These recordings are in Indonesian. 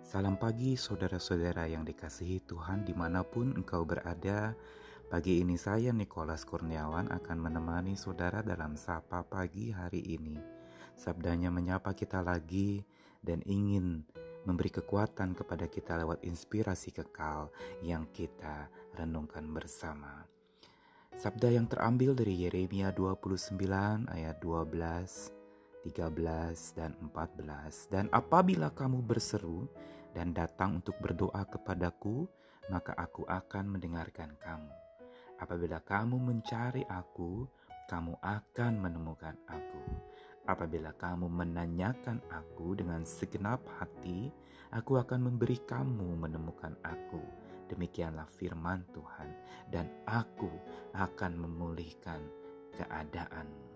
Salam pagi saudara-saudara yang dikasihi Tuhan dimanapun engkau berada. Pagi ini saya Nikolas Kurniawan akan menemani saudara dalam Sapa Pagi hari ini. Sabdanya menyapa kita lagi dan ingin memberi kekuatan kepada kita lewat inspirasi kekal yang kita renungkan bersama. Sabda yang terambil dari Yeremia 29 ayat 12, 13 dan 14. Dan apabila kamu berseru dan datang untuk berdoa kepadaku, maka aku akan mendengarkan kamu. Apabila kamu mencari aku, kamu akan menemukan aku. Apabila kamu menanyakan aku dengan segenap hati, aku akan memberi kamu menemukan aku. Demikianlah firman Tuhan, dan aku akan memulihkan keadaanmu.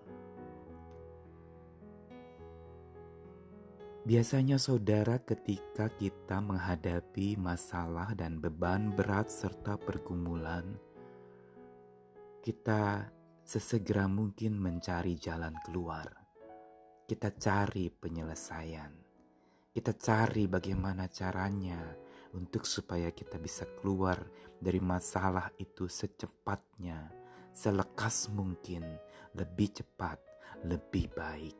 Biasanya saudara, ketika kita menghadapi masalah dan beban berat serta pergumulan, kita sesegera mungkin mencari jalan keluar. Kita cari penyelesaian. Kita cari bagaimana caranya untuk supaya kita bisa keluar dari masalah itu secepatnya, selekas mungkin, lebih cepat, lebih baik.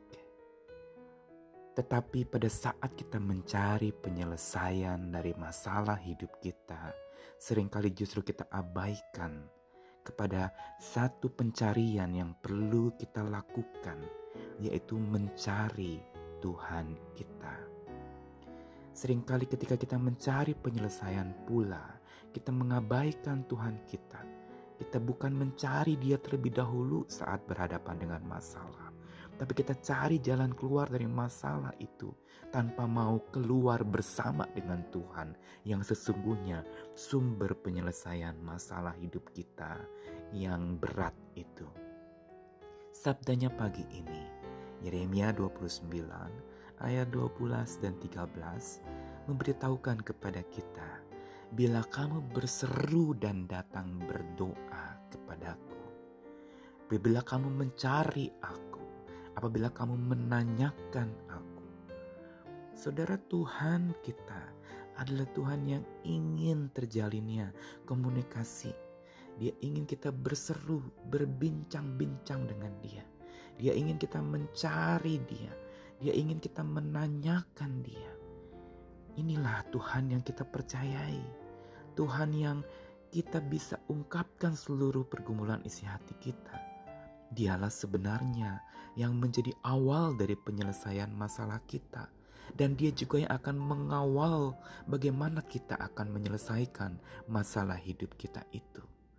Tetapi pada saat kita mencari penyelesaian dari masalah hidup kita, seringkali justru kita abaikan kepada satu pencarian yang perlu kita lakukan, yaitu mencari Tuhan kita. Seringkali ketika kita mencari penyelesaian pula, kita mengabaikan Tuhan kita. Kita bukan mencari Dia terlebih dahulu saat berhadapan dengan masalah, tapi kita cari jalan keluar dari masalah itu tanpa mau keluar bersama dengan Tuhan yang sesungguhnya sumber penyelesaian masalah hidup kita yang berat itu. Sabdanya pagi ini, Yeremia 29 ayat 12 dan 13 memberitahukan kepada kita, bila kamu berseru dan datang berdoa kepadaku, bila kamu mencari aku, apabila kamu menanyakan aku. Saudara, Tuhan kita adalah Tuhan yang ingin terjalinnya komunikasi. Dia ingin kita berseru, berbincang-bincang dengan Dia. Dia ingin kita mencari Dia. Dia ingin kita menanyakan Dia. Inilah Tuhan yang kita percayai. Tuhan yang kita bisa ungkapkan seluruh pergumulan isi hati kita. Dialah sebenarnya yang menjadi awal dari penyelesaian masalah kita. Dan Dia juga yang akan mengawal bagaimana kita akan menyelesaikan masalah hidup kita itu.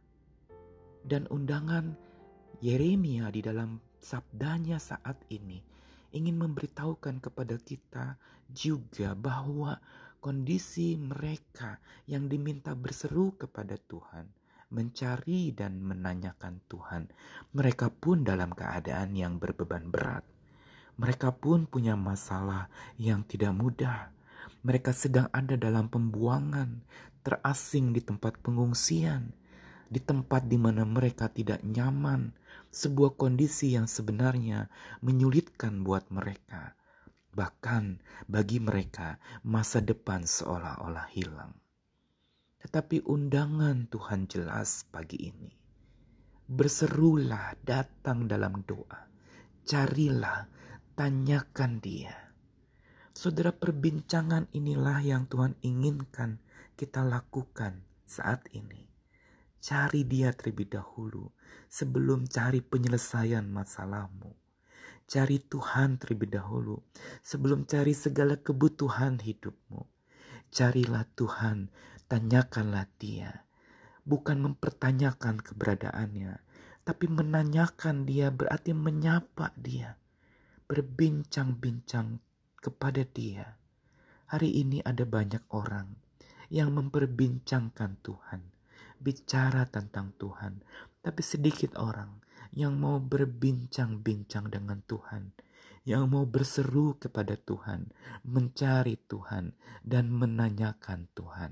Dan undangan Yeremia di dalam sabdanya saat ini ingin memberitahukan kepada kita juga bahwa kondisi mereka yang diminta berseru kepada Tuhan, mencari dan menanyakan Tuhan, mereka pun dalam keadaan yang berbeban berat. Mereka pun punya masalah yang tidak mudah. Mereka sedang ada dalam pembuangan, terasing di tempat pengungsian, di tempat di mana mereka tidak nyaman, sebuah kondisi yang sebenarnya menyulitkan buat mereka. Bahkan bagi mereka masa depan seolah-olah hilang. Tetapi undangan Tuhan jelas pagi ini. Berserulah, datang dalam doa. Carilah, tanyakan Dia. Saudara, perbincangan inilah yang Tuhan inginkan kita lakukan saat ini. Cari Dia terlebih dahulu sebelum cari penyelesaian masalahmu. Cari Tuhan terlebih dahulu sebelum cari segala kebutuhan hidupmu. Carilah Tuhan, tanyakanlah Dia. Bukan mempertanyakan keberadaannya, tapi menanyakan Dia berarti menyapa Dia. Berbincang-bincang kepada Dia. Hari ini ada banyak orang yang memperbincangkan Tuhan, bicara tentang Tuhan, tapi sedikit orang yang mau berbincang-bincang dengan Tuhan, yang mau berseru kepada Tuhan, mencari Tuhan, dan menanyakan Tuhan.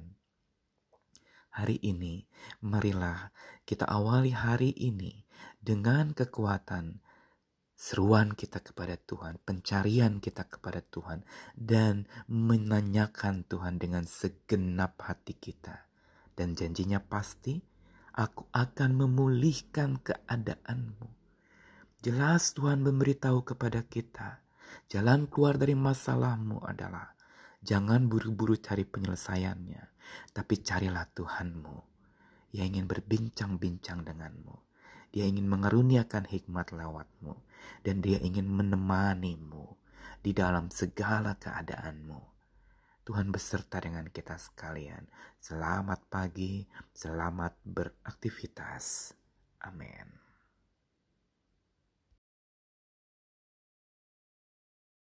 Hari ini, marilah kita awali hari ini dengan kekuatan seruan kita kepada Tuhan, pencarian kita kepada Tuhan, dan menanyakan Tuhan dengan segenap hati kita. Dan janjinya pasti, aku akan memulihkan keadaanmu. Jelas Tuhan memberitahu kepada kita, jalan keluar dari masalahmu adalah jangan buru-buru cari penyelesaiannya, tapi carilah Tuhanmu yang ingin berbincang-bincang denganmu. Dia ingin mengaruniakan hikmat lewatmu, dan dia ingin menemanimu di dalam segala keadaanmu. Tuhan beserta dengan kita sekalian. Selamat pagi, selamat beraktivitas. Amin.